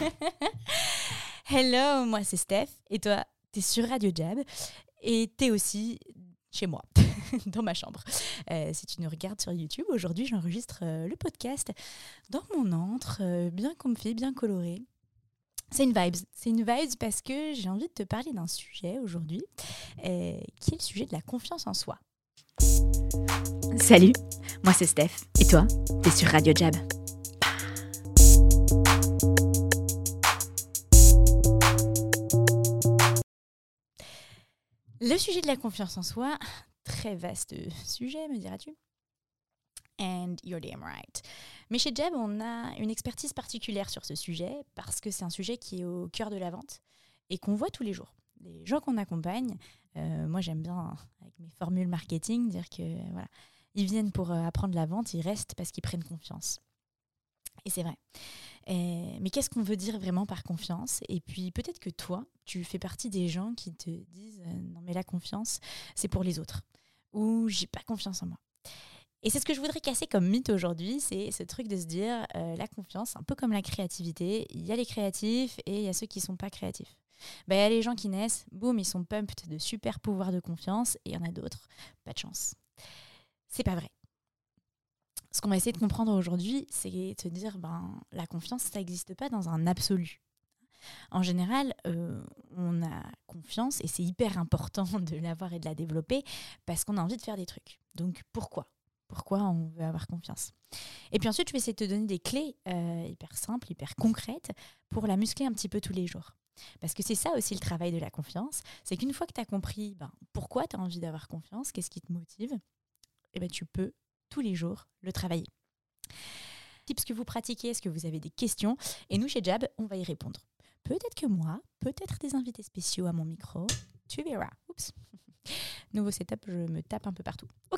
Hello, moi c'est Steph et toi, t'es sur Radio Jab et t'es aussi chez moi, dans ma chambre. Si tu nous regardes sur YouTube, aujourd'hui j'enregistre le podcast dans mon antre, bien comfy, bien coloré. C'est une vibes parce que j'ai envie de te parler d'un sujet aujourd'hui, qui est le sujet de la confiance en soi. Salut, moi c'est Steph et toi, t'es sur Radio Jab. Le sujet de la confiance en soi, très vaste sujet, me diras-tu. And you're damn right. Mais chez Jab, on a une expertise particulière sur ce sujet parce que c'est un sujet qui est au cœur de la vente et qu'on voit tous les jours. Les gens qu'on accompagne, moi j'aime bien, avec mes formules marketing, dire que voilà, ils viennent pour apprendre la vente, ils restent parce qu'ils prennent confiance. Et c'est vrai. Mais qu'est-ce qu'on veut dire vraiment par confiance ? Et puis peut-être que toi, tu fais partie des gens qui te disent non mais la confiance, c'est pour les autres. Ou j'ai pas confiance en moi. Et c'est ce que je voudrais casser comme mythe aujourd'hui, c'est ce truc de se dire la confiance, un peu comme la créativité, il y a les créatifs et il y a ceux qui sont pas créatifs. Il y a les gens qui naissent, boum, ils sont pumped de super pouvoirs de confiance et il y en a d'autres, pas de chance. C'est pas vrai. Ce qu'on va essayer de comprendre aujourd'hui, c'est de se dire la confiance, ça n'existe pas dans un absolu. En général, on a confiance et c'est hyper important de l'avoir et de la développer parce qu'on a envie de faire des trucs. Donc pourquoi on veut avoir confiance ? Et puis ensuite, je vais essayer de te donner des clés hyper simples, hyper concrètes pour la muscler un petit peu tous les jours. Parce que c'est ça aussi le travail de la confiance, c'est qu'une fois que tu as compris pourquoi tu as envie d'avoir confiance, qu'est-ce qui te motive, tu peux tous les jours le travailler. Tips que vous pratiquez, est-ce que vous avez des questions ? Et nous, chez Jab, on va y répondre. Peut-être que moi, peut-être des invités spéciaux à mon micro. Tu verras. Oups. Nouveau setup, je me tape un peu partout. Ok.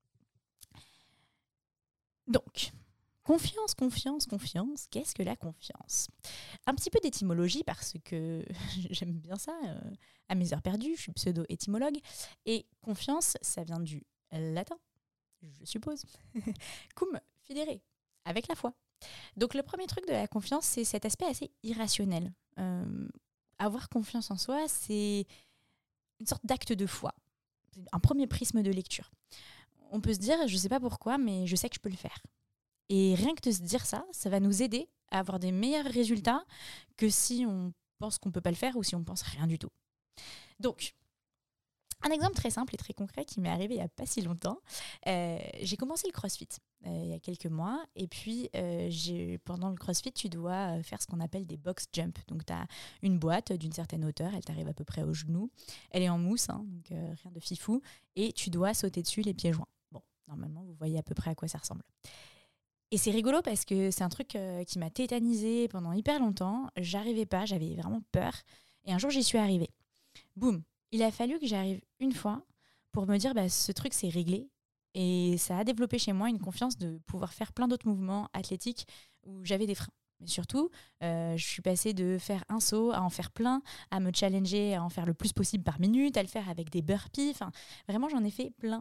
Donc, confiance. Qu'est-ce que la confiance ? Un petit peu d'étymologie parce que j'aime bien ça. À mes heures perdues, je suis pseudo-étymologue. Et confiance, ça vient du latin, je suppose. Cum fidere, avec la foi. Donc le premier truc de la confiance, c'est cet aspect assez irrationnel. Avoir confiance en soi, c'est une sorte d'acte de foi. C'est un premier prisme de lecture. On peut se dire, je ne sais pas pourquoi, mais je sais que je peux le faire. Et rien que de se dire ça, ça va nous aider à avoir des meilleurs résultats que si on pense qu'on ne peut pas le faire ou si on ne pense rien du tout. Donc, un exemple très simple et très concret qui m'est arrivé il n'y a pas si longtemps. J'ai commencé le CrossFit il y a quelques mois. Et puis, pendant le CrossFit, tu dois faire ce qu'on appelle des box jumps. Donc, tu as une boîte d'une certaine hauteur. Elle t'arrive à peu près au genou. Elle est en mousse, donc rien de fifou. Et tu dois sauter dessus les pieds joints. Bon, normalement, vous voyez à peu près à quoi ça ressemble. Et c'est rigolo parce que c'est un truc qui m'a tétanisée pendant hyper longtemps. J'arrivais pas, j'avais vraiment peur. Et un jour, j'y suis arrivée. Boum. Il a fallu que j'arrive une fois pour me dire ce truc c'est réglé et ça a développé chez moi une confiance de pouvoir faire plein d'autres mouvements athlétiques où j'avais des freins. Mais surtout, je suis passée de faire un saut à en faire plein, à me challenger, à en faire le plus possible par minute, à le faire avec des burpees. Enfin, vraiment, j'en ai fait plein.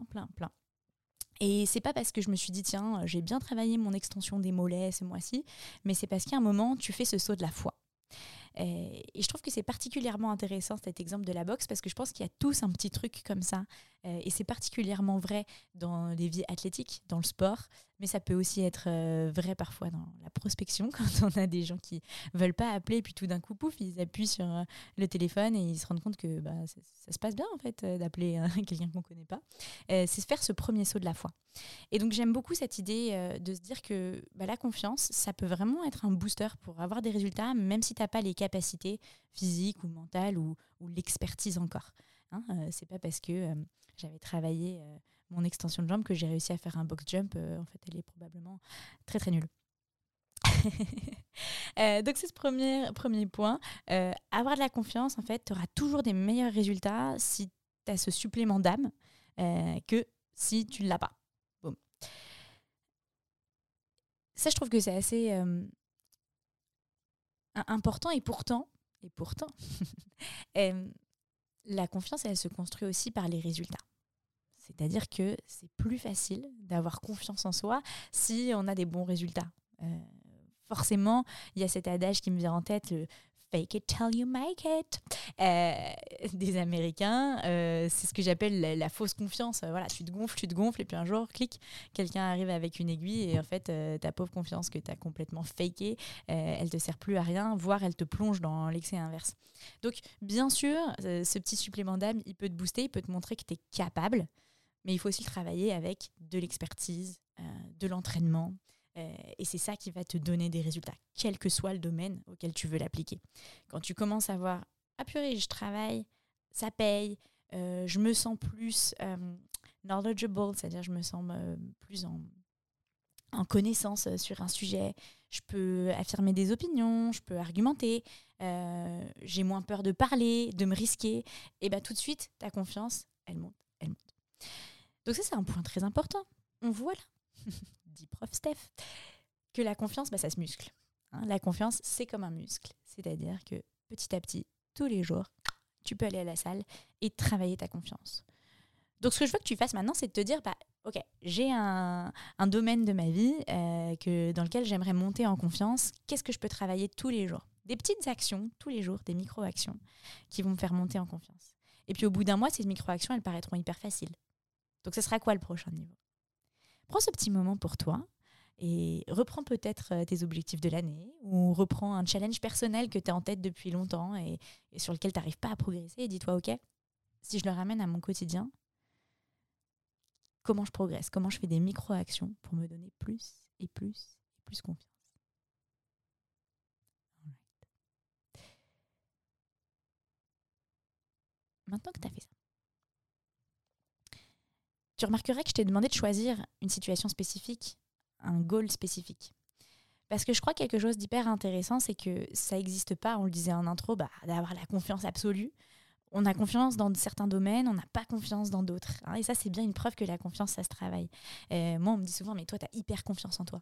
Et c'est pas parce que je me suis dit tiens, j'ai bien travaillé mon extension des mollets ce mois-ci, mais c'est parce qu'à un moment, tu fais ce saut de la foi. Et je trouve que c'est particulièrement intéressant cet exemple de la boxe parce que je pense qu'il y a tous un petit truc comme ça. Et c'est particulièrement vrai dans les vies athlétiques, dans le sport, mais ça peut aussi être vrai parfois dans la prospection quand on a des gens qui veulent pas appeler et puis tout d'un coup, pouf, ils appuient sur le téléphone et ils se rendent compte que ça se passe bien en fait d'appeler quelqu'un qu'on connaît pas. C'est faire ce premier saut de la foi. Et donc j'aime beaucoup cette idée de se dire que la confiance, ça peut vraiment être un booster pour avoir des résultats, même si tu n'as pas les capacités physiques ou mentales ou l'expertise encore. C'est pas parce que j'avais travaillé mon extension de jambe que j'ai réussi à faire un box jump. En fait, elle est probablement très très nulle. Donc c'est ce premier point. Avoir de la confiance, en fait, tu auras toujours des meilleurs résultats si tu as ce supplément d'âme que si tu ne l'as pas. Boum. Ça, je trouve que c'est assez important et pourtant la confiance, elle se construit aussi par les résultats. C'est-à-dire que c'est plus facile d'avoir confiance en soi si on a des bons résultats. forcément, il y a cet adage qui me vient en tête, le fake it till you make it des Américains. C'est ce que j'appelle la fausse confiance. Voilà, tu te gonfles, et puis un jour, clic, quelqu'un arrive avec une aiguille et en fait, ta pauvre confiance que tu as complètement fakée, elle te sert plus à rien, voire elle te plonge dans l'excès inverse. Donc, bien sûr, ce petit supplément d'âme, il peut te booster, il peut te montrer que tu es capable, mais il faut aussi le travailler avec de l'expertise, de l'entraînement. Et c'est ça qui va te donner des résultats, quel que soit le domaine auquel tu veux l'appliquer. Quand tu commences à voir, ah purée, je travaille, ça paye, je me sens plus knowledgeable, c'est-à-dire je me sens plus en connaissance sur un sujet, je peux affirmer des opinions, je peux argumenter, j'ai moins peur de parler, de me risquer, et bien tout de suite, ta confiance, elle monte, elle monte. Donc ça, c'est un point très important. On voit là, dit prof Steph, que la confiance, ça se muscle. La confiance, c'est comme un muscle. C'est-à-dire que petit à petit, tous les jours, tu peux aller à la salle et travailler ta confiance. Donc ce que je veux que tu fasses maintenant, c'est de te dire, ok, j'ai un domaine de ma vie dans lequel j'aimerais monter en confiance. Qu'est-ce que je peux travailler tous les jours ? Des petites actions, tous les jours, des micro-actions qui vont me faire monter en confiance. Et puis au bout d'un mois, ces micro-actions, elles paraîtront hyper faciles. Donc ce sera quoi le prochain niveau ? Prends ce petit moment pour toi et reprends peut-être tes objectifs de l'année ou reprends un challenge personnel que tu as en tête depuis longtemps et sur lequel tu n'arrives pas à progresser et dis-toi, ok, si je le ramène à mon quotidien, comment je progresse ? Comment je fais des micro-actions pour me donner plus et plus et plus confiance ? Maintenant que tu as fait ça, tu remarquerais que je t'ai demandé de choisir une situation spécifique, un goal spécifique. Parce que je crois quelque chose d'hyper intéressant, c'est que ça n'existe pas, on le disait en intro, d'avoir la confiance absolue. On a confiance dans certains domaines, on n'a pas confiance dans d'autres. Et ça, c'est bien une preuve que la confiance, ça se travaille. Moi, on me dit souvent, mais toi, tu as hyper confiance en toi.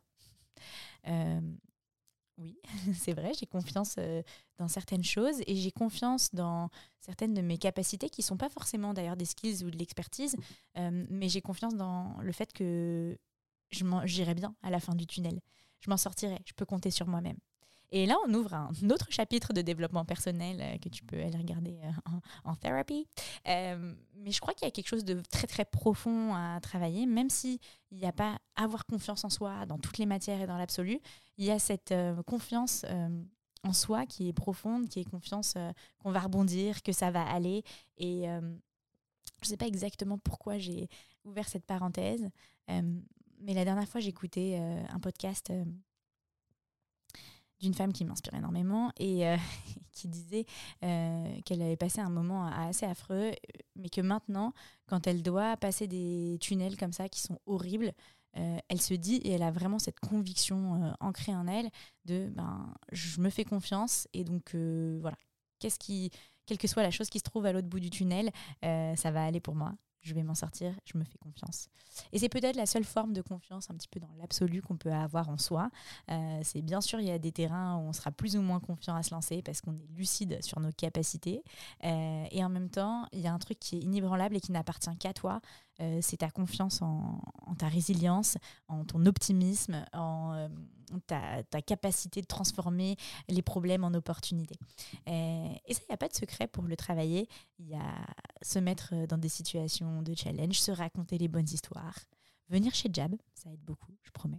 Oui, c'est vrai, j'ai confiance dans certaines choses et j'ai confiance dans certaines de mes capacités qui ne sont pas forcément d'ailleurs des skills ou de l'expertise, mais j'ai confiance dans le fait que j'irai bien à la fin du tunnel. Je m'en sortirai, je peux compter sur moi-même. Et là, on ouvre un autre chapitre de développement personnel que tu peux aller regarder en thérapie. Mais je crois qu'il y a quelque chose de très, très profond à travailler, même s'il n'y a pas avoir confiance en soi dans toutes les matières et dans l'absolu. Il y a cette confiance en soi qui est profonde, qui est confiance qu'on va rebondir, que ça va aller. Et je ne sais pas exactement pourquoi j'ai ouvert cette parenthèse, mais la dernière fois, j'écoutais un podcast d'une femme qui m'inspire énormément et qui disait qu'elle avait passé un moment assez affreux, mais que maintenant, quand elle doit passer des tunnels comme ça qui sont horribles, elle se dit, et elle a vraiment cette conviction ancrée en elle, de je me fais confiance et donc voilà, quelle que soit la chose qui se trouve à l'autre bout du tunnel, ça va aller pour moi. Je vais m'en sortir, je me fais confiance. Et c'est peut-être la seule forme de confiance un petit peu dans l'absolu qu'on peut avoir en soi. C'est bien sûr, il y a des terrains où on sera plus ou moins confiant à se lancer parce qu'on est lucide sur nos capacités. Et en même temps, il y a un truc qui est inébranlable et qui n'appartient qu'à toi. C'est ta confiance en ta résilience, en ton optimisme, en ta capacité de transformer les problèmes en opportunités. Et ça, il n'y a pas de secret pour le travailler. Il y a se mettre dans des situations de challenge, se raconter les bonnes histoires, venir chez Jab, ça aide beaucoup, je promets.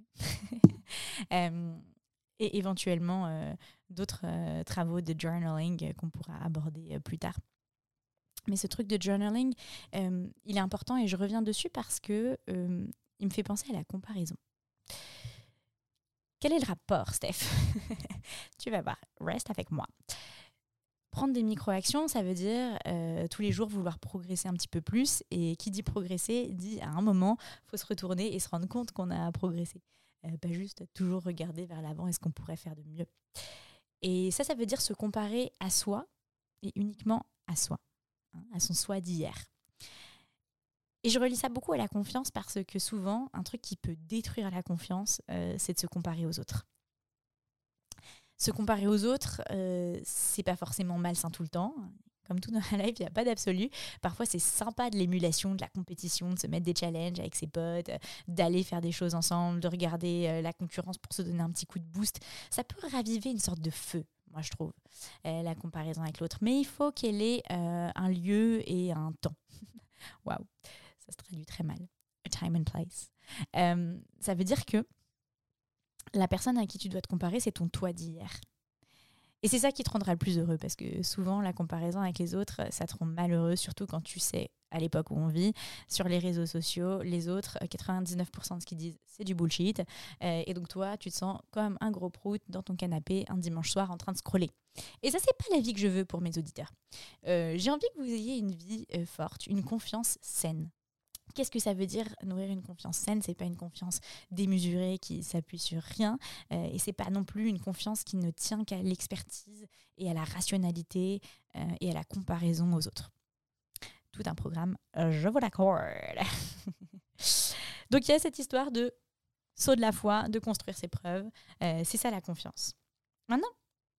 Et éventuellement d'autres travaux de journaling qu'on pourra aborder plus tard. Mais ce truc de journaling, il est important et je reviens dessus parce que il me fait penser à la comparaison. Quel est le rapport, Steph ? Tu vas voir, reste avec moi. Prendre des micro-actions, ça veut dire tous les jours vouloir progresser un petit peu plus. Et qui dit progresser, dit à un moment, il faut se retourner et se rendre compte qu'on a progressé. Pas juste toujours regarder vers l'avant et ce qu'on pourrait faire de mieux. Et ça veut dire se comparer à soi et uniquement à soi, à son soi d'hier. Et je relie ça beaucoup à la confiance parce que souvent, un truc qui peut détruire la confiance, c'est de se comparer aux autres. Se comparer aux autres, c'est pas forcément malsain tout le temps. Comme tout dans la life, il n'y a pas d'absolu. Parfois, c'est sympa de l'émulation, de la compétition, de se mettre des challenges avec ses potes, d'aller faire des choses ensemble, de regarder la concurrence pour se donner un petit coup de boost. Ça peut raviver une sorte de feu, moi je trouve, la comparaison avec l'autre. Mais il faut qu'elle ait un lieu et un temps. Waouh, ça se traduit très mal. A time and place. Ça veut dire que la personne à qui tu dois te comparer, c'est ton toi d'hier. Et c'est ça qui te rendra le plus heureux, parce que souvent, la comparaison avec les autres, ça te rend malheureux, surtout quand tu sais, à l'époque où on vit, sur les réseaux sociaux, les autres, 99% de ce qu'ils disent, c'est du bullshit. Et donc toi, tu te sens comme un gros prout dans ton canapé un dimanche soir en train de scroller. Et ça, c'est pas la vie que je veux pour mes auditeurs. J'ai envie que vous ayez une vie forte, une confiance saine. Qu'est-ce que ça veut dire nourrir une confiance saine ? C'est pas une confiance démesurée qui s'appuie sur rien, et c'est pas non plus une confiance qui ne tient qu'à l'expertise et à la rationalité et à la comparaison aux autres. Tout un programme, je vous l'accorde. Donc il y a cette histoire de saut de la foi, de construire ses preuves. C'est ça la confiance. Maintenant,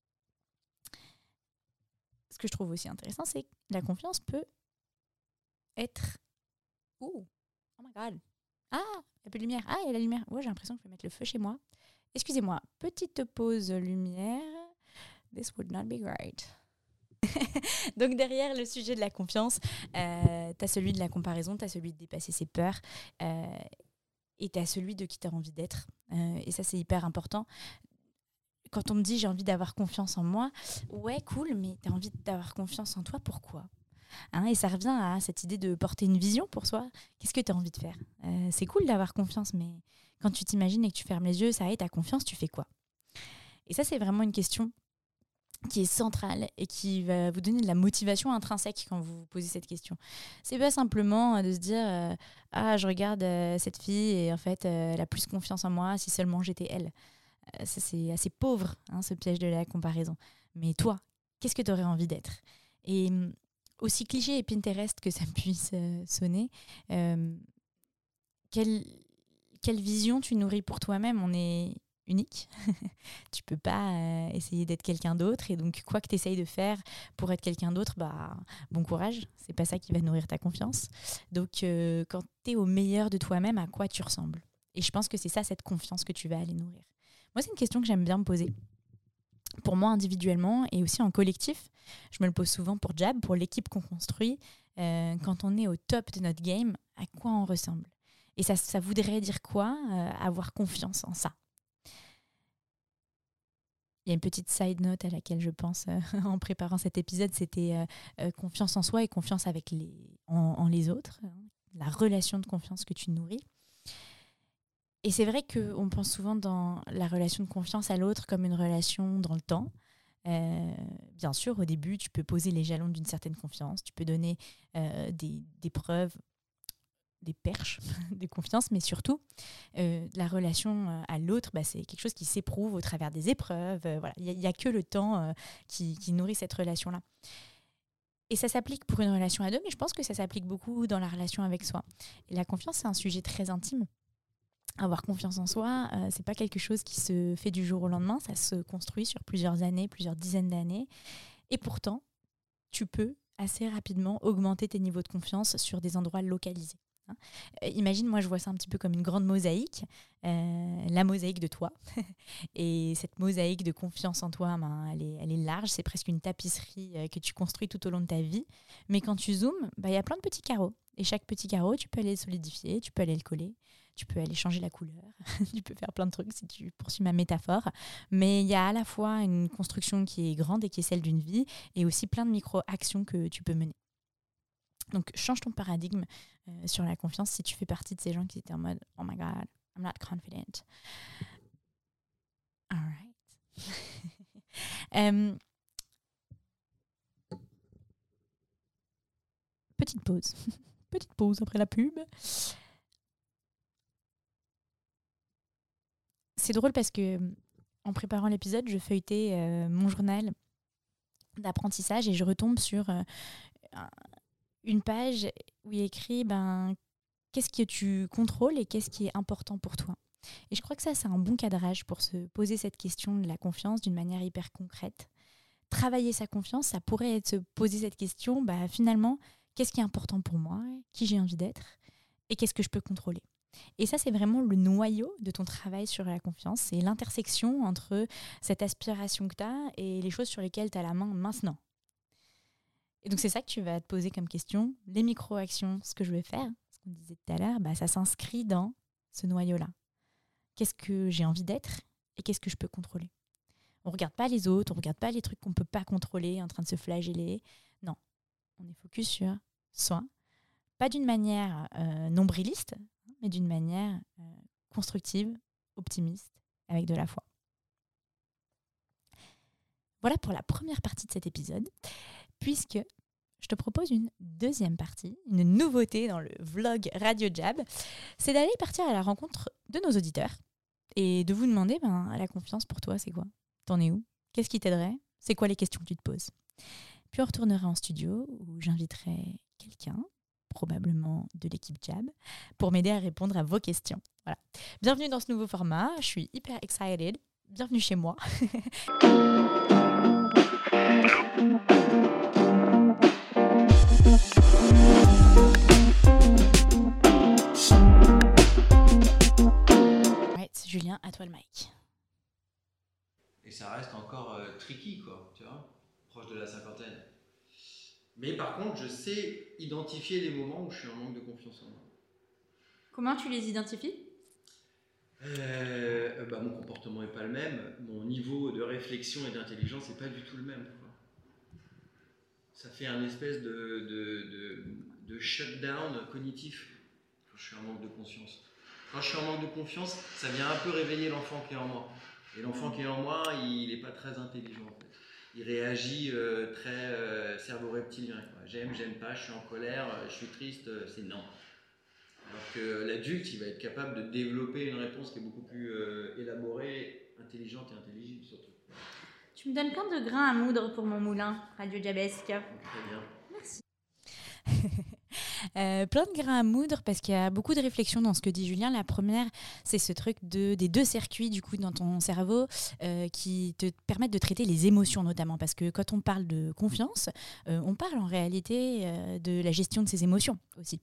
ce que je trouve aussi intéressant, c'est que la confiance peut être... Oh my god. Ah, il n'y a plus de lumière. Ah, il y a la lumière. Ouais, j'ai l'impression que je vais mettre le feu chez moi. Excusez-moi, petite pause lumière. This would not be great. Donc derrière le sujet de la confiance, t'as celui de la comparaison, t'as celui de dépasser ses peurs, et t'as celui de qui t'as envie d'être. Et ça, c'est hyper important. Quand on me dit j'ai envie d'avoir confiance en moi, ouais, cool, mais t'as envie d'avoir confiance en toi, pourquoi ? Et ça revient à cette idée de porter une vision pour soi. Qu'est-ce que tu as envie de faire ? C'est cool d'avoir confiance, mais quand tu t'imagines et que tu fermes les yeux, ça y est, t'as confiance, tu fais quoi ? Et ça, c'est vraiment une question qui est centrale et qui va vous donner de la motivation intrinsèque quand vous vous posez cette question. C'est pas simplement de se dire ah, je regarde cette fille et en fait, elle a plus confiance en moi si seulement j'étais elle. Ça, c'est assez pauvre, ce piège de la comparaison. Mais toi, qu'est-ce que tu aurais envie d'être ? Et aussi cliché et Pinterest que ça puisse sonner, quelle vision tu nourris pour toi-même ? On est unique. Tu peux pas essayer d'être quelqu'un d'autre. Et donc, quoi que tu essayes de faire pour être quelqu'un d'autre, bon courage. C'est pas ça qui va nourrir ta confiance. Donc, quand tu es au meilleur de toi-même, à quoi tu ressembles ? Et je pense que c'est ça, cette confiance que tu vas aller nourrir. Moi, c'est une question que j'aime bien me poser. Pour moi individuellement et aussi en collectif. Je me le pose souvent pour Jab, pour l'équipe qu'on construit. Quand on est au top de notre game, à quoi on ressemble ? Et ça voudrait dire quoi, avoir confiance en ça ? Il y a une petite side note à laquelle je pense en préparant cet épisode, c'était confiance en soi et confiance avec en les autres, la relation de confiance que tu nourris. Et c'est vrai qu'on pense souvent dans la relation de confiance à l'autre comme une relation dans le temps. Bien sûr, au début, tu peux poser les jalons d'une certaine confiance, tu peux donner des preuves, des perches de confiance, mais surtout, la relation à l'autre, c'est quelque chose qui s'éprouve au travers des épreuves. Voilà. Il n'y a que le temps qui nourrit cette relation-là. Et ça s'applique pour une relation à deux, mais je pense que ça s'applique beaucoup dans la relation avec soi. Et la confiance, c'est un sujet très intime. Avoir confiance en soi, c'est pas quelque chose qui se fait du jour au lendemain, ça se construit sur plusieurs années, plusieurs dizaines d'années. Et pourtant, tu peux assez rapidement augmenter tes niveaux de confiance sur des endroits localisés. Imagine, moi je vois ça un petit peu comme une grande mosaïque, la mosaïque de toi. Et cette mosaïque de confiance en toi, elle est large, c'est presque une tapisserie que tu construis tout au long de ta vie. Mais quand tu zoomes, y a plein de petits carreaux. Et chaque petit carreau, tu peux aller le solidifier, tu peux aller le coller, tu peux aller changer la couleur, tu peux faire plein de trucs si tu poursuis ma métaphore. Mais il y a à la fois une construction qui est grande et qui est celle d'une vie, et aussi plein de micro-actions que tu peux mener. Donc, change ton paradigme sur la confiance si tu fais partie de ces gens qui étaient en mode « Oh my God, I'm not confident. » All right. Petite pause. Petite pause après la pub. C'est drôle parce que en préparant l'épisode, je feuilletais mon journal d'apprentissage et je retombe sur une page où il y a écrit qu'est-ce que tu contrôles et qu'est-ce qui est important pour toi. Et je crois que ça, c'est un bon cadrage pour se poser cette question de la confiance d'une manière hyper concrète. travailler sa confiance, ça pourrait être se poser cette question, finalement, qu'est-ce qui est important pour moi, qui j'ai envie d'être et qu'est-ce que je peux contrôler. Et ça, c'est vraiment le noyau de ton travail sur la confiance. C'est l'intersection entre cette aspiration que tu as et les choses sur lesquelles tu as la main maintenant. Et donc, c'est ça que tu vas te poser comme question. Les micro-actions, ce que je vais faire, ce qu'on disait tout à l'heure, ça s'inscrit dans ce noyau-là. Qu'est-ce que j'ai envie d'être et qu'est-ce que je peux contrôler? On ne regarde pas les autres, on ne regarde pas les trucs qu'on ne peut pas contrôler, en train de se flageller. Non, on est focus sur soi. Pas d'une manière nombriliste, mais d'une manière constructive, optimiste, avec de la foi. Voilà pour la première partie de cet épisode, puisque je te propose une deuxième partie, une nouveauté dans le vlog Radio Jab, c'est d'aller partir à la rencontre de nos auditeurs et de vous demander, la confiance pour toi, c'est quoi? T'en es où? Qu'est-ce qui t'aiderait? C'est quoi les questions que tu te poses? Puis on retournera en studio où j'inviterai quelqu'un, probablement de l'équipe Jab, pour m'aider à répondre à vos questions. Voilà. Bienvenue dans ce nouveau format, je suis hyper excited. Bienvenue chez moi. Right, Julien, à toi le mic. Et ça reste encore tricky, quoi, tu vois, proche de la cinquantaine. Mais par contre, je sais identifier les moments où je suis en manque de confiance en moi. Comment tu les identifies? Mon comportement n'est pas le même, mon niveau de réflexion et d'intelligence n'est pas du tout le même, quoi. Ça fait un espèce de shutdown cognitif quand je suis en manque de confiance. Quand je suis en manque de confiance, ça vient un peu réveiller l'enfant qui est en moi. Et l'enfant qui est en moi, il n'est pas très intelligent en fait. Il réagit très cerveau reptilien, quoi. J'aime pas, je suis en colère, je suis triste, c'est non. Alors que l'adulte, il va être capable de développer une réponse qui est beaucoup plus élaborée, intelligente et intelligible surtout. Tu me donnes plein de grains à moudre pour mon moulin Radio Jabesque. Très bien. Merci. Plein de grains à moudre parce qu'il y a beaucoup de réflexions dans ce que dit Julien. La première, c'est ce truc des deux circuits du coup dans ton cerveau qui te permettent de traiter les émotions notamment, parce que quand on parle de confiance, on parle en réalité de la gestion de ses émotions aussi.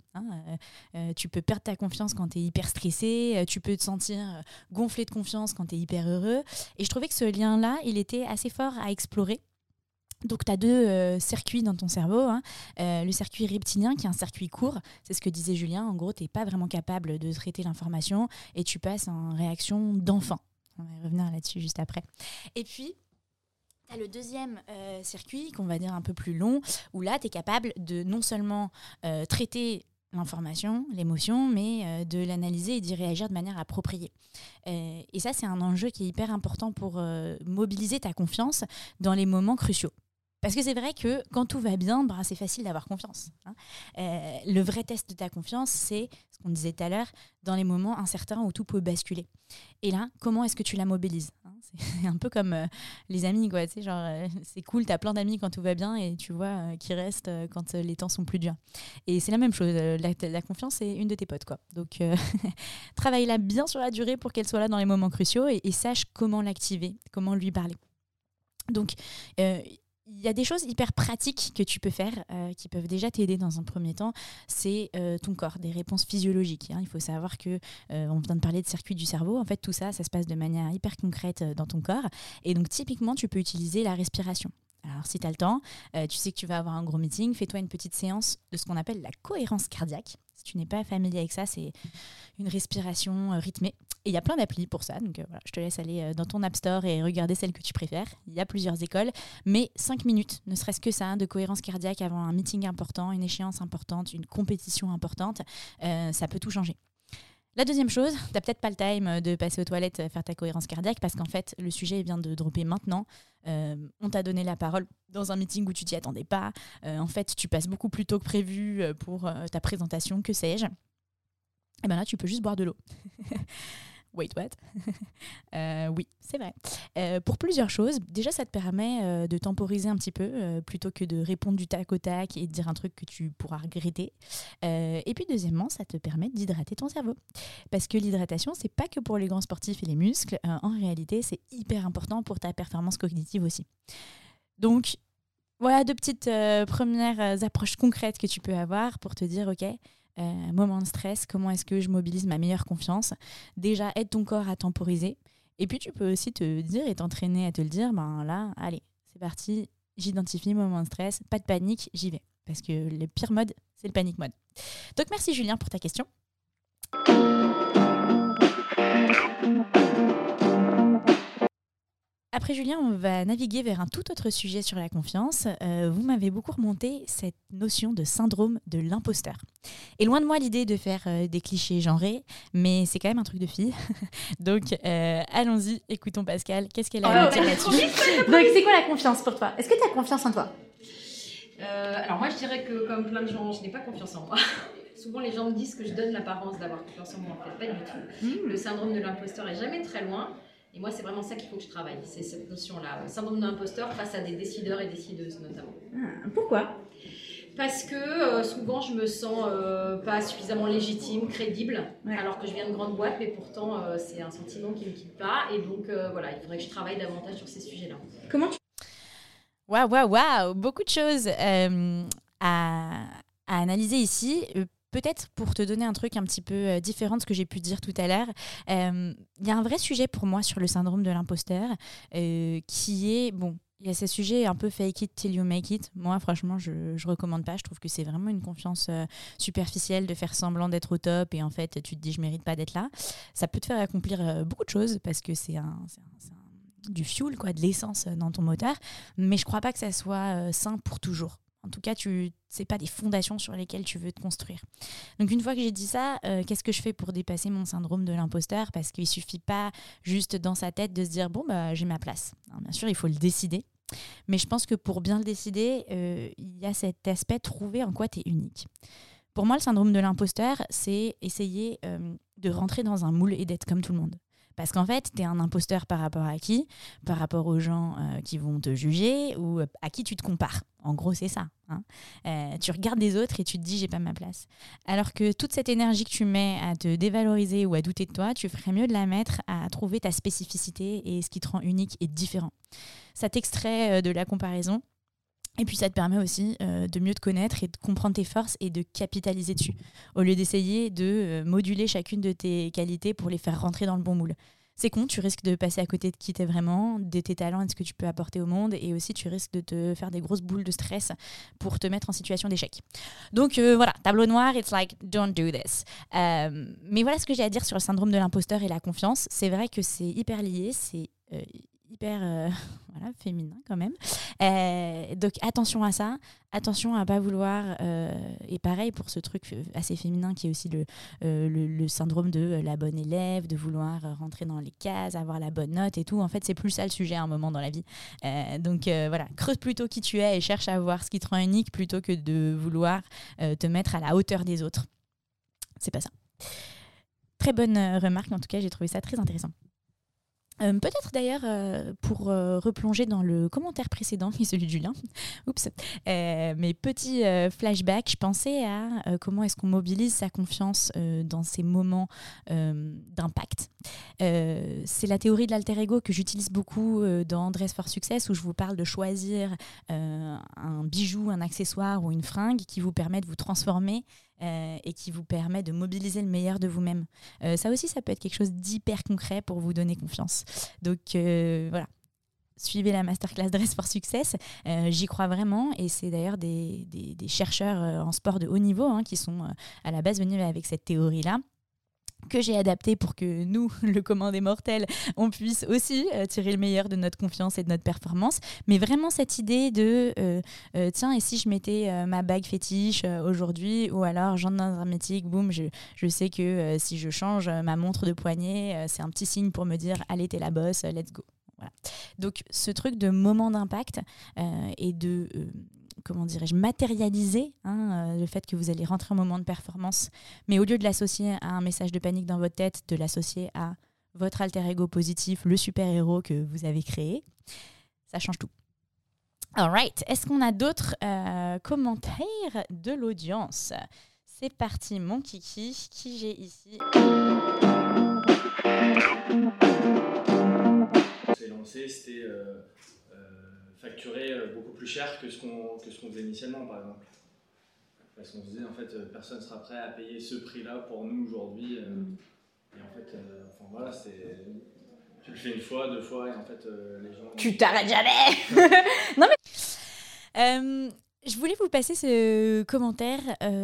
Tu peux perdre ta confiance quand tu es hyper stressé, tu peux te sentir gonflé de confiance quand tu es hyper heureux. Et je trouvais que ce lien-là, il était assez fort à explorer. Donc, tu as deux circuits dans ton cerveau. Le circuit reptilien, qui est un circuit court, c'est ce que disait Julien. En gros, tu n'es pas vraiment capable de traiter l'information et tu passes en réaction d'enfant. On va y revenir là-dessus juste après. Et puis, tu as le deuxième circuit, qu'on va dire un peu plus long, où là, tu es capable de non seulement traiter l'information, l'émotion, mais de l'analyser et d'y réagir de manière appropriée. Et ça, c'est un enjeu qui est hyper important pour mobiliser ta confiance dans les moments cruciaux. Parce que c'est vrai que quand tout va bien, c'est facile d'avoir confiance. Le vrai test de ta confiance, c'est ce qu'on disait tout à l'heure, dans les moments incertains où tout peut basculer. Et là, comment est-ce que tu la mobilises? C'est un peu comme les amis, quoi. Tu sais, genre, c'est cool, t'as plein d'amis quand tout va bien et tu vois qui restent quand les temps sont plus durs. Et c'est la même chose, la confiance, c'est une de tes potes, quoi. Donc, travaille-la bien sur la durée pour qu'elle soit là dans les moments cruciaux et sache comment l'activer, comment lui parler. Donc, il y a des choses hyper pratiques que tu peux faire qui peuvent déjà t'aider dans un premier temps. C'est ton corps, des réponses physiologiques. Il faut savoir que on vient de parler de circuit du cerveau. En fait, tout ça, ça se passe de manière hyper concrète dans ton corps. Et donc, typiquement, tu peux utiliser la respiration. Alors, si tu as le temps, tu sais que tu vas avoir un gros meeting, fais-toi une petite séance de ce qu'on appelle la cohérence cardiaque. Si tu n'es pas familier avec ça, c'est une respiration rythmée. Et il y a plein d'applis pour ça. Donc voilà, je te laisse aller dans ton App Store et regarder celle que tu préfères. Il y a plusieurs écoles. Mais 5 minutes, ne serait-ce que ça, de cohérence cardiaque avant un meeting important, une échéance importante, une compétition importante, ça peut tout changer. La deuxième chose, tu n'as peut-être pas le time de passer aux toilettes faire ta cohérence cardiaque parce qu'en fait, le sujet vient de dropper maintenant. On t'a donné la parole dans un meeting où tu t'y attendais pas. En fait, tu passes beaucoup plus tôt que prévu pour ta présentation, que sais-je. Et bien là, tu peux juste boire de l'eau. Wait, what? Oui, c'est vrai. Pour plusieurs choses. Déjà, ça te permet de temporiser un petit peu plutôt que de répondre du tac au tac et de dire un truc que tu pourras regretter. Et puis, deuxièmement, ça te permet d'hydrater ton cerveau. Parce que l'hydratation, c'est pas que pour les grands sportifs et les muscles. En réalité, c'est hyper important pour ta performance cognitive aussi. Donc, voilà 2 petites premières approches concrètes que tu peux avoir pour te dire, OK, moment de stress, comment est-ce que je mobilise ma meilleure confiance ? Déjà, aide ton corps à temporiser. Et puis, tu peux aussi te dire et t'entraîner à te le dire, ben là, allez, c'est parti, j'identifie moment de stress, pas de panique, j'y vais. Parce que le pire mode, c'est le panic mode. Donc, merci Julien pour ta question. Après Julien, on va naviguer vers un tout autre sujet sur la confiance. Vous m'avez beaucoup remonté cette notion de syndrome de l'imposteur. Et loin de moi l'idée de faire des clichés genrés, mais c'est quand même un truc de fille. Donc allons-y, écoutons Pascal. Qu'est-ce qu'elle a à nous dire là-dessus ? Donc c'est quoi la confiance pour toi ? Est-ce que tu as confiance en toi ? Alors moi je dirais que comme plein de gens, je n'ai pas confiance en moi. Souvent les gens me disent que je donne l'apparence d'avoir confiance en moi, en fait pas du tout. Le syndrome de l'imposteur est jamais très loin. Et moi, c'est vraiment ça qu'il faut que je travaille, c'est cette notion-là. Syndrome de l'imposteur face à des décideurs et décideuses, notamment. Pourquoi ? Parce que souvent, je me sens pas suffisamment légitime, crédible, alors que je viens de grande boîte, mais pourtant, c'est un sentiment qui ne me quitte pas. Et donc, voilà, il faudrait que je travaille davantage sur ces sujets-là. Comment tu... Waouh, beaucoup de choses à analyser ici. Peut-être pour te donner un truc un petit peu différent de ce que j'ai pu dire tout à l'heure, il y a un vrai sujet pour moi sur le syndrome de l'imposteur qui est, bon, il y a ce sujet un peu fake it till you make it. Moi, franchement, je recommande pas. Je trouve que c'est vraiment une confiance superficielle de faire semblant d'être au top et en fait, tu te dis je mérite pas d'être là. Ça peut te faire accomplir beaucoup de choses parce que c'est du fuel, quoi, de l'essence dans ton moteur, mais je crois pas que ça soit sain pour toujours. En tout cas, c'est pas des fondations sur lesquelles tu veux te construire. Donc une fois que j'ai dit ça, qu'est-ce que je fais pour dépasser mon syndrome de l'imposteur ? Parce qu'il suffit pas juste dans sa tête de se dire bon bah j'ai ma place. Alors, bien sûr, il faut le décider. Mais je pense que pour bien le décider, il y a cet aspect trouver en quoi tu es unique. Pour moi, le syndrome de l'imposteur, c'est essayer de rentrer dans un moule et d'être comme tout le monde. Parce qu'en fait, tu es un imposteur par rapport à qui ? Par rapport aux gens qui vont te juger ou à qui tu te compares. En gros, c'est ça. Hein. Tu regardes les autres et tu te dis « j'ai pas ma place ». Alors que toute cette énergie que tu mets à te dévaloriser ou à douter de toi, tu ferais mieux de la mettre à trouver ta spécificité et ce qui te rend unique et différent. Ça t'extrait de la comparaison. Et puis ça te permet aussi de mieux te connaître et de comprendre tes forces et de capitaliser dessus, au lieu d'essayer de moduler chacune de tes qualités pour les faire rentrer dans le bon moule. C'est con, tu risques de passer à côté de qui t'es vraiment, de tes talents et de ce que tu peux apporter au monde, et aussi tu risques de te faire des grosses boules de stress pour te mettre en situation d'échec. Donc voilà, tableau noir, it's like, don't do this. Mais voilà ce que j'ai à dire sur le syndrome de l'imposteur et la confiance. C'est vrai que c'est hyper lié, c'est hyper féminin quand même. Donc attention à ça, attention à pas vouloir, et pareil pour ce truc assez féminin qui est aussi le syndrome de la bonne élève, de vouloir rentrer dans les cases, avoir la bonne note et tout. En fait, c'est plus ça le sujet à un moment dans la vie. Donc voilà, creuse plutôt qui tu es et cherche à voir ce qui te rend unique plutôt que de vouloir te mettre à la hauteur des autres. C'est pas ça. Très bonne remarque, en tout cas, j'ai trouvé ça très intéressant. Peut-être d'ailleurs pour replonger dans le commentaire précédent et celui de Julien, mes petits flashbacks, je pensais à comment est-ce qu'on mobilise sa confiance dans ces moments d'impact. C'est la théorie de l'alter ego que j'utilise beaucoup dans Dress for Success, où je vous parle de choisir un bijou, un accessoire ou une fringue qui vous permet de vous transformer et qui vous permet de mobiliser le meilleur de vous-même. Ça aussi, ça peut être quelque chose d'hyper concret pour vous donner confiance. Donc voilà, suivez la masterclass Dress for Success, j'y crois vraiment, et c'est d'ailleurs des chercheurs en sport de haut niveau qui sont à la base venus avec cette théorie-là, que j'ai adapté pour que nous, le commun des mortels, on puisse aussi tirer le meilleur de notre confiance et de notre performance. Mais vraiment cette idée de tiens, et si je mettais ma bague fétiche aujourd'hui, ou alors j'entre dans un mythique, boum, je sais que si je change ma montre de poignet, c'est un petit signe pour me dire allez, t'es la boss, let's go. Voilà. Donc ce truc de moment d'impact et de matérialiser le fait que vous allez rentrer en moment de performance, mais au lieu de l'associer à un message de panique dans votre tête, de l'associer à votre alter ego positif, le super-héros que vous avez créé, ça change tout. Alright, est-ce qu'on a d'autres commentaires de l'audience ? C'est parti, mon kiki, qui j'ai ici. C'est lancé, c'était facturer beaucoup plus cher que ce qu'on faisait initialement, par exemple. Parce qu'on se disait, en fait, personne ne sera prêt à payer ce prix-là pour nous aujourd'hui. Et en fait, enfin voilà, tu le fais une fois, 2 fois, et en fait, les gens... Tu t'arrêtes jamais. Non mais... je voulais vous passer ce commentaire,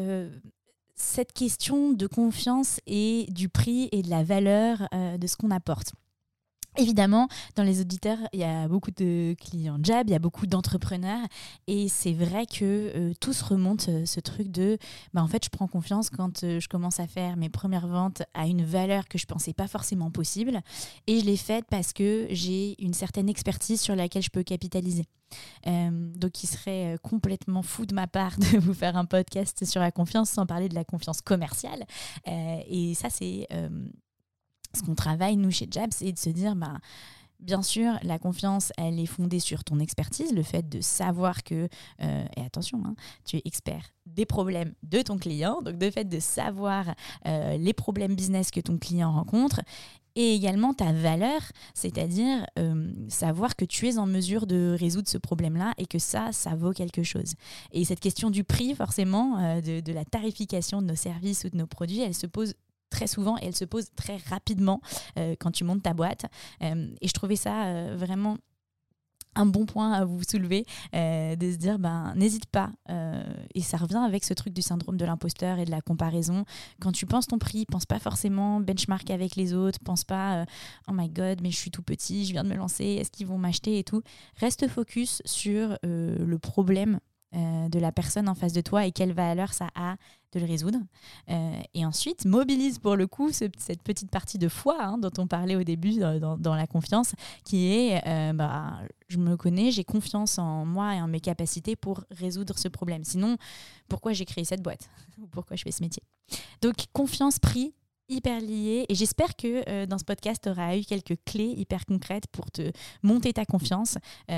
cette question de confiance et du prix et de la valeur de ce qu'on apporte. Évidemment, dans les auditeurs, il y a beaucoup de clients Jab, il y a beaucoup d'entrepreneurs et c'est vrai que tous remontent ce truc de en fait, je prends confiance quand je commence à faire mes premières ventes à une valeur que je ne pensais pas forcément possible et je l'ai faite parce que j'ai une certaine expertise sur laquelle je peux capitaliser. Donc il serait complètement fou de ma part de vous faire un podcast sur la confiance sans parler de la confiance commerciale. Et ça, c'est... ce qu'on travaille, nous, chez Jab, c'est de se dire, bien sûr, la confiance, elle est fondée sur ton expertise, le fait de savoir que, et attention, tu es expert des problèmes de ton client, donc le fait de savoir les problèmes business que ton client rencontre, et également ta valeur, c'est-à-dire savoir que tu es en mesure de résoudre ce problème-là et que ça vaut quelque chose. Et cette question du prix, forcément, de la tarification de nos services ou de nos produits, elle se pose très souvent et elle se pose très rapidement quand tu montes ta boîte. Et je trouvais ça vraiment un bon point à vous soulever, de se dire n'hésite pas. Et ça revient avec ce truc du syndrome de l'imposteur et de la comparaison. Quand tu penses ton prix, pense pas forcément benchmark avec les autres, pense pas oh my god, mais je suis tout petit, je viens de me lancer, est-ce qu'ils vont m'acheter et tout. Reste focus sur le problème de la personne en face de toi et quelle valeur ça a de le résoudre. Et ensuite, mobilise pour le coup cette petite partie de foi dont on parlait au début dans la confiance, qui est je me connais, j'ai confiance en moi et en mes capacités pour résoudre ce problème. Sinon, pourquoi j'ai créé cette boîte ou pourquoi je fais ce métier? Donc, confiance, prix, hyper lié. Et j'espère que dans ce podcast, tu auras eu quelques clés hyper concrètes pour te monter ta confiance.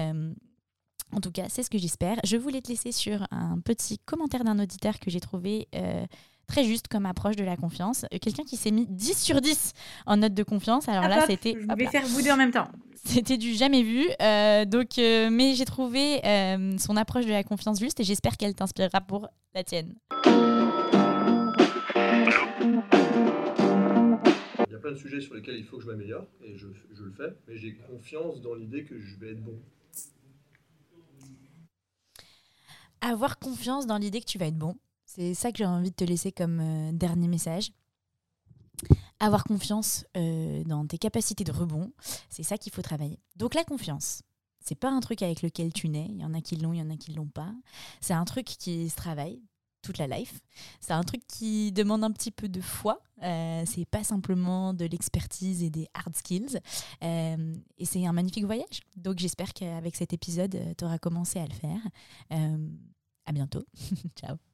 En tout cas, c'est ce que j'espère. Je voulais te laisser sur un petit commentaire d'un auditeur que j'ai trouvé très juste comme approche de la confiance. Quelqu'un qui s'est mis 10 sur 10 en note de confiance. Alors là, c'était... Je vais faire vous deux en même temps. C'était du jamais vu. Mais j'ai trouvé son approche de la confiance juste et j'espère qu'elle t'inspirera pour la tienne. Il y a plein de sujets sur lesquels il faut que je m'améliore et je le fais, mais j'ai confiance dans l'idée que je vais être bon. Avoir confiance dans l'idée que tu vas être bon. C'est ça que j'ai envie de te laisser comme dernier message. Avoir confiance dans tes capacités de rebond, c'est ça qu'il faut travailler. Donc la confiance, c'est pas un truc avec lequel tu nais. Il y en a qui l'ont, il y en a qui l'ont pas. C'est un truc qui se travaille toute la life. C'est un truc qui demande un petit peu de foi. C'est pas simplement de l'expertise et des hard skills. Et c'est un magnifique voyage. Donc j'espère qu'avec cet épisode, tu auras commencé à le faire. À bientôt. Ciao.